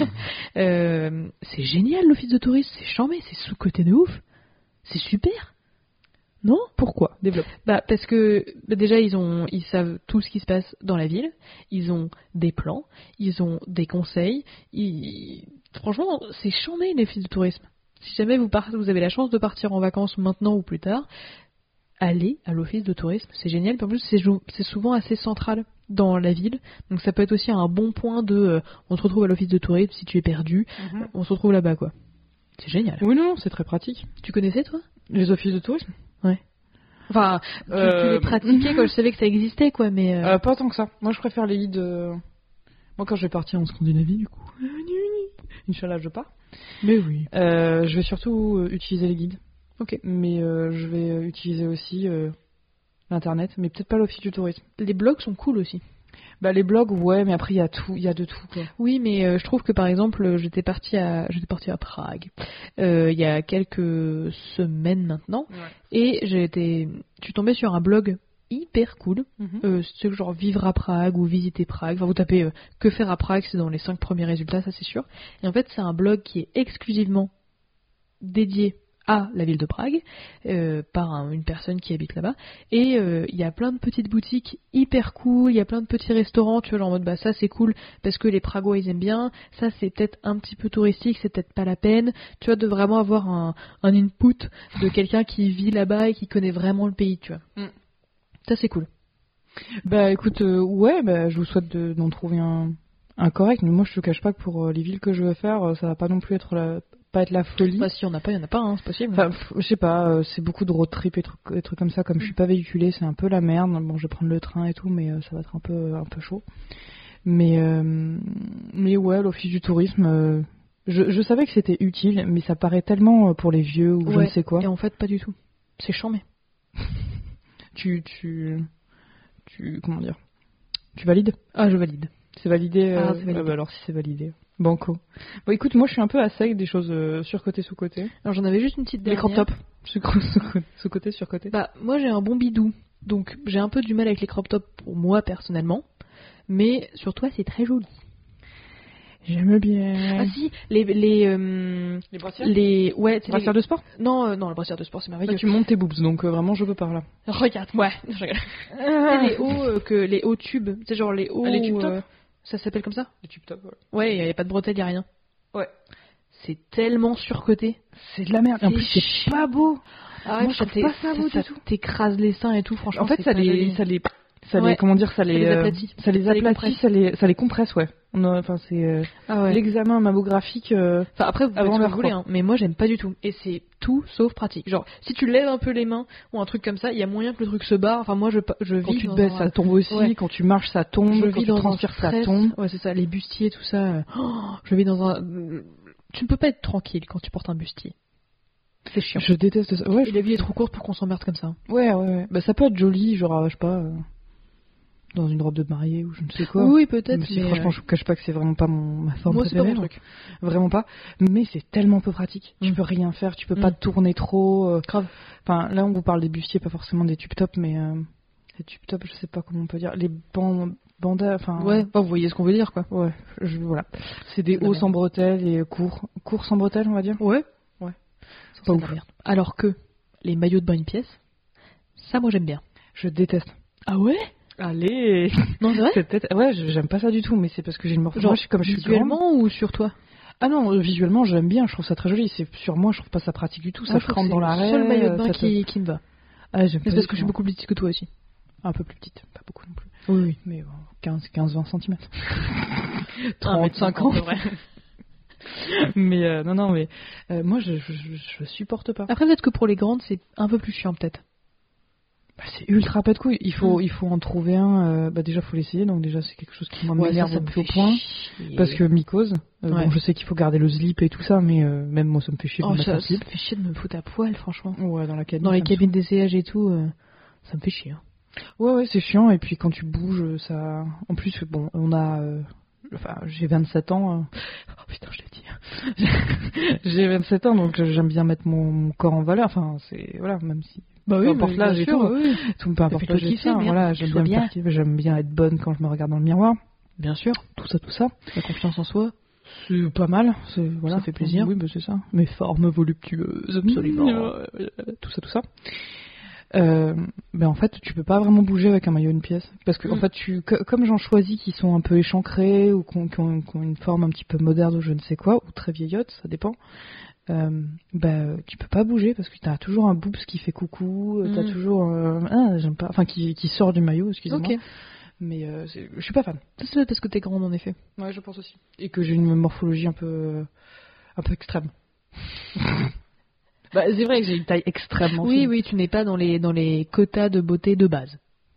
C'est génial l'office de tourisme, c'est chambé, c'est sous-côté de ouf. C'est super. Non? Pourquoi? Développe. Parce que déjà ils savent tout ce qui se passe dans la ville. Ils ont des plans, ils ont des conseils. Franchement, c'est chambé l'office de tourisme. Si jamais vous avez la chance de partir en vacances maintenant ou plus tard, aller à l'office de tourisme, c'est génial. En plus, c'est souvent assez central dans la ville. Donc ça peut être aussi un bon point on se retrouve à l'office de tourisme si tu es perdu. On se retrouve là-bas, quoi. C'est génial. Oui, non, c'est très pratique. Tu connaissais, toi? Les offices de tourisme? Ouais. Enfin, tu les pratiquais quand je savais que ça existait, quoi, mais... Pas tant que ça. Moi, je préfère les guides... Moi, quand je vais partir en Scandinavie, du coup... Inch'Allah, je pars. Mais oui. Je vais surtout utiliser les guides. Ok. Mais je vais utiliser aussi l'internet, mais peut-être pas l'office du tourisme. Les blogs sont cool aussi. Les blogs, ouais, mais après il y a de tout, quoi. Oui, mais je trouve que par exemple, j'étais partie à Prague il y a quelques semaines maintenant, et je suis tombée sur un blog hyper cool. C'est genre vivre à Prague ou visiter Prague. Enfin, vous tapez que faire à Prague, c'est dans les 5 premiers résultats, ça c'est sûr. Et en fait, c'est un blog qui est exclusivement dédié à la ville de Prague, par une personne qui habite là-bas, et il y a plein de petites boutiques hyper cool, il y a plein de petits restaurants, tu vois, genre en mode ça c'est cool parce que les Pragois ils aiment bien, ça c'est peut-être un petit peu touristique, c'est peut-être pas la peine, tu vois, de vraiment avoir un input de quelqu'un qui vit là-bas et qui connaît vraiment le pays, tu vois. Ça c'est cool. Écoute, je vous souhaite d'en trouver un correct, mais moi je te cache pas que pour les villes que je veux faire, ça va pas non plus être la folie. Si on n'a pas, il y en a pas, hein, c'est possible. Enfin, je sais pas, c'est beaucoup de road trip et trucs comme ça. Comme je suis pas véhiculée, c'est un peu la merde. Bon, je vais prendre le train et tout, mais ça va être un peu chaud. Mais ouais, l'office du tourisme, je savais que c'était utile, mais ça paraît tellement pour les vieux ou je ne sais quoi. Et en fait, pas du tout. C'est chambé. tu comment dire? Tu valides? Ah, je valide. C'est validé. C'est validé. Alors si c'est validé. Banco. Bon, écoute, moi je suis un peu à sec des choses sur-côté, sous-côté. Alors j'en avais juste une petite dernière. Les crop tops. Sous-côté, sur-côté. Moi j'ai un bon bidou. Donc j'ai un peu du mal avec les crop tops pour moi personnellement. Mais sur toi c'est très joli. J'aime bien. Ah si, les brassières. Les brassières de sport. Non, les brassières de sport c'est merveilleux. Là, tu montes tes boobs, donc vraiment je peux par là. Regarde, c'est les hauts tubes, c'est genre les hauts. Les tubes top. Ça s'appelle comme ça? Les tubes top. Ouais, y a pas de bretelles, y a rien. Ouais. C'est tellement surcoté. C'est de la merde. Et en plus c'est pas beau. Ah ouais, moi, je trouve pas ça beau du tout. T'écrases les seins et tout, franchement. En fait, ça les comment dire, ça les aplatit, ça les compresse, ouais. Enfin, c'est l'examen mammographique. Enfin, après, vous pouvez voulez, hein, mais moi, j'aime pas du tout. Et c'est tout sauf pratique. Genre, si tu lèves un peu les mains ou un truc comme ça, il y a moyen que le truc se barre. Enfin, moi, je vis. Quand tu te baisses, ça tombe aussi. Ouais. Quand tu marches, ça tombe. Je quand vis tu dans transpires, ça tombe. Ouais, c'est ça. Les bustiers, tout ça. Je vis dans un. Tu ne peux pas être tranquille quand tu portes un bustier. C'est chiant. Je déteste ça. Ouais. Et la vie est trop courte pour qu'on s'emmerde comme ça. Ouais. Bah, ça peut être joli, genre, je sais pas. Dans une robe de mariée ou je ne sais quoi. Oui, peut-être. Mais franchement, je vous cache pas que c'est vraiment pas ma forme préférée. Moi, c'est pas mon truc. Vraiment pas. Mais c'est tellement peu pratique. Tu peux rien faire, tu peux pas tourner trop. Grave. Enfin, là, on vous parle des bustiers, pas forcément des tube top, mais Les tube top, je sais pas comment on peut dire. Les bandas, enfin. Ouais, vous voyez ce qu'on veut dire, quoi. Ouais, voilà. C'est des hauts sans bretelles et courts sans bretelles, on va dire. Ouais. C'est pas ouf. Alors que les maillots de bain une pièce, ça, moi, j'aime bien. Je déteste. Ah ouais? Allez. Non, c'est vrai? Ouais, j'aime pas ça du tout, mais c'est parce que j'ai une morphologie comme je suis visuellement ou sur toi? Ah non, visuellement, j'aime bien, je trouve ça très joli. C'est sur moi, je trouve pas ça pratique du tout. Ça rentre dans l'arrêt. C'est le seul maillot de bain qui me va. Ah, j'aime pas. C'est parce que je suis beaucoup plus petite que toi aussi. Un peu plus petite, pas beaucoup non plus. Oui. Mais 15-20 cm. 35 ans, c'est vrai. Mais non, mais moi, je supporte pas. Après, peut-être que pour les grandes, c'est un peu plus chiant, peut-être. Bah, c'est ultra pas de couilles. Il faut en trouver un. Déjà, faut l'essayer. Donc déjà, c'est quelque chose qui m'énerve au plus haut point. Parce que mycose. Bon, je sais qu'il faut garder le slip et tout ça, mais même moi, ça me fait chier de me mettre un slip. Ça me fait chier de me foutre à poil, franchement. Ouais, dans la cabine. Dans les cabines d'essayage et tout, ça me fait chier. Hein. Ouais, c'est chiant. Et puis quand tu bouges, ça. En plus, bon, on a. Enfin, j'ai 27 ans. Oh putain, je l'ai dit. J'ai 27 ans, donc j'aime bien mettre mon corps en valeur. Enfin, c'est voilà, même si. Bah oui, peu importe l'âge et tout. Oui. Tout peu importe l'âge et tout. Voilà, j'aime bien être bonne quand je me regarde dans le miroir. Bien sûr. Tout ça. La confiance en soi. C'est pas mal. Voilà, ça fait plaisir. Oui, bah c'est ça. Mes formes voluptueuses, absolument. Tout ça. En fait, tu peux pas vraiment bouger avec un maillot une pièce parce que en fait, comme j'en choisis qui sont un peu échancrés ou qui ont une forme un petit peu moderne ou je ne sais quoi ou très vieillotte, ça dépend. Tu peux pas bouger parce que t'as toujours un boobs qui fait coucou, t'as toujours j'aime pas, enfin qui sort du maillot, excusez-moi. Okay. Mais je suis pas fan. C'est parce que t'es grande en effet. Ouais, je pense aussi. Et que j'ai une morphologie un peu extrême. C'est vrai que j'ai une taille extrêmement fine. Oui, tu n'es pas dans les quotas de beauté de base.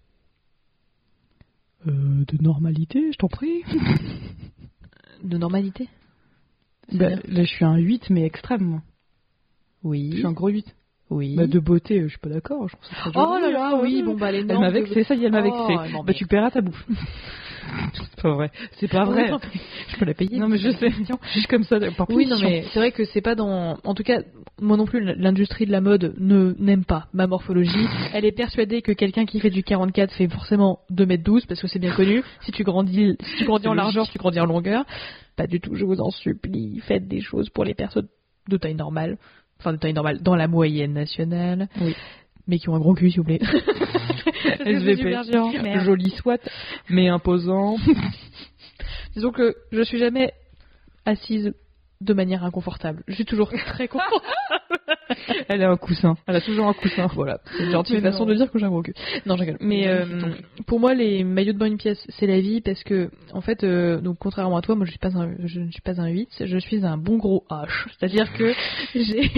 De normalité, je t'en prie. De normalité là, je suis un 8, mais extrême, moi. Oui. Je suis un gros 8. Oui. De beauté, je suis pas d'accord. Je trouve ça très joli. Oh là là, oui, bon, les normes. Elle m'a vexé, ça y est, elle m'a vexé. Tu paieras ta bouffe. C'est pas vrai. C'est pas vrai. Non, je peux la payer. Non, mais je sais. Juste comme ça. Oui, non, mais c'est vrai que c'est pas dans. En tout cas, moi non plus, l'industrie de la mode n'aime pas ma morphologie. Elle est persuadée que quelqu'un qui fait du 44 fait forcément 2m12 parce que c'est bien connu. Si tu grandis en largeur, tu grandis en longueur. Pas du tout, je vous en supplie. Faites des choses pour les personnes de taille normale. Enfin, de taille normale, dans la moyenne nationale. Oui. Mais qui ont un gros cul, s'il vous plaît. SVP. Joli soit, mais imposant. Disons que je suis jamais assise de manière inconfortable. Je suis toujours très confortable. Elle a un coussin. Elle a toujours un coussin. Voilà. C'est une gentille façon de dire que j'ai un gros cul. Non, je rigole. Mais pour moi, les maillots de bain une pièce, c'est la vie parce que, en fait, donc contrairement à toi, moi, je ne suis pas un 8, je suis un bon gros H. C'est-à-dire que j'ai...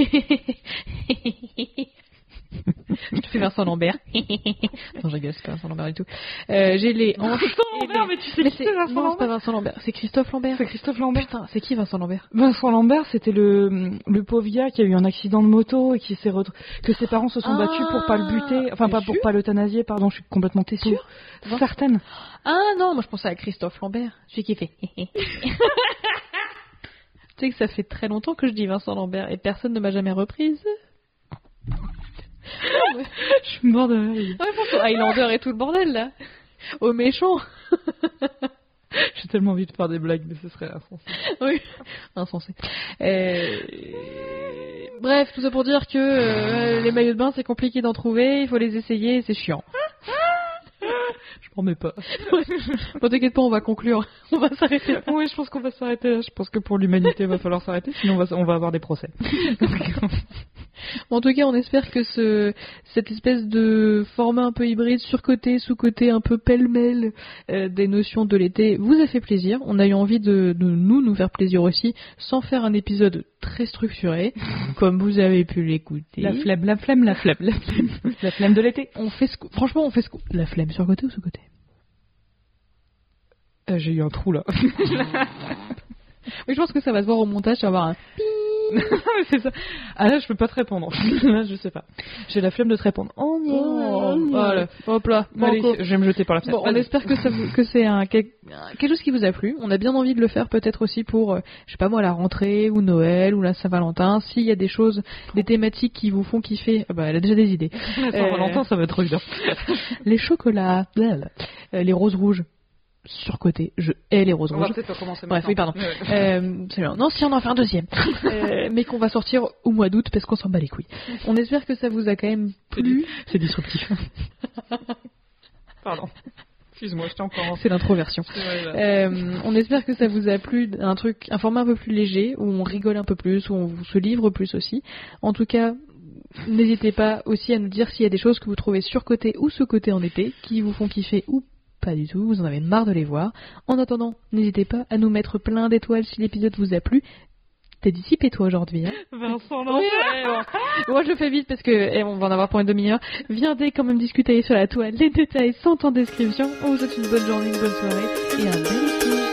Je te fais Vincent Lambert. Non, je rigole, c'est pas Vincent Lambert du tout. J'ai les hanches. Vincent Lambert, mais tu sais qui c'est Vincent Lambert? Non, c'est pas Vincent Lambert, c'est Christophe Lambert. C'est Christophe Lambert. Putain, c'est qui Vincent Lambert? Vincent Lambert, c'était le pauvre gars qui a eu un accident de moto et qui s'est que ses parents se sont battus pour pas le buter, enfin pas pour pas l'euthanasier, pardon, je suis complètement sûre. Certaine. Ah non, moi je pensais à Christophe Lambert, celui qui fait. Tu sais que ça fait très longtemps que je dis Vincent Lambert et personne ne m'a jamais reprise. Je suis mort de rire. Ouais, pour Highlander et tout le bordel là. Au méchant. J'ai tellement envie de faire des blagues, mais ce serait insensé. Oui, insensé. Bref, tout ça pour dire que les maillots de bain c'est compliqué d'en trouver, il faut les essayer, c'est chiant. Je m'en mets pas. Bon, t'inquiète pas, on va conclure. On va s'arrêter là. Oui, je pense qu'on va s'arrêter là. Je pense que pour l'humanité, il va falloir s'arrêter, sinon on va avoir des procès. En tout cas, on espère que cette espèce de format un peu hybride, surcoté, sous-coté, un peu pêle-mêle des notions de l'été vous a fait plaisir. On a eu envie de nous faire plaisir aussi, sans faire un épisode très structuré, comme vous avez pu l'écouter. La flemme de l'été. Franchement, on fait ce la flemme sur-côté ou sous-côté? J'ai eu un trou là. Oui, je pense que ça va se voir au montage, ça va avoir un C'est ça. Ah là, je peux pas te répondre. Là, je sais pas. J'ai la flemme de te répondre. Voilà. Hop là. Allez, je vais me jeter par la fenêtre. Bon, on espère que que c'est quelque chose qui vous a plu. On a bien envie de le faire peut-être aussi pour, je sais pas moi, la rentrée ou Noël ou la Saint-Valentin. S'il y a des choses, des thématiques qui vous font kiffer, elle a déjà des idées. La Saint-Valentin, ça va être trop bien. Les chocolats, les roses rouges. Surcoté, je hais les roses rouges. On va peut-être pas commencer maintenant. Bref, oui, pardon. C'est bien. Non, si on en fait un deuxième. Mais qu'on va sortir au mois d'août parce qu'on s'en bat les couilles. On espère que ça vous a quand même plu. C'est disruptif. Pardon. Excuse-moi, je t'ai encore. C'est l'introversion. On espère que ça vous a plu, un format un peu plus léger, où on rigole un peu plus, où on se livre plus aussi. En tout cas, n'hésitez pas aussi à nous dire s'il y a des choses que vous trouvez surcotées ou sous-cotées en été, qui vous font kiffer ou pas du tout, vous en avez marre de les voir. En attendant, n'hésitez pas à nous mettre plein d'étoiles si l'épisode vous a plu. T'es dissipé toi aujourd'hui, hein Vincent, non. Moi je le fais vite parce que on va en avoir pour une demi-heure. Viendez quand même discuter sur la toile. Les détails sont en description. On vous souhaite une bonne journée, une bonne soirée et un bel été.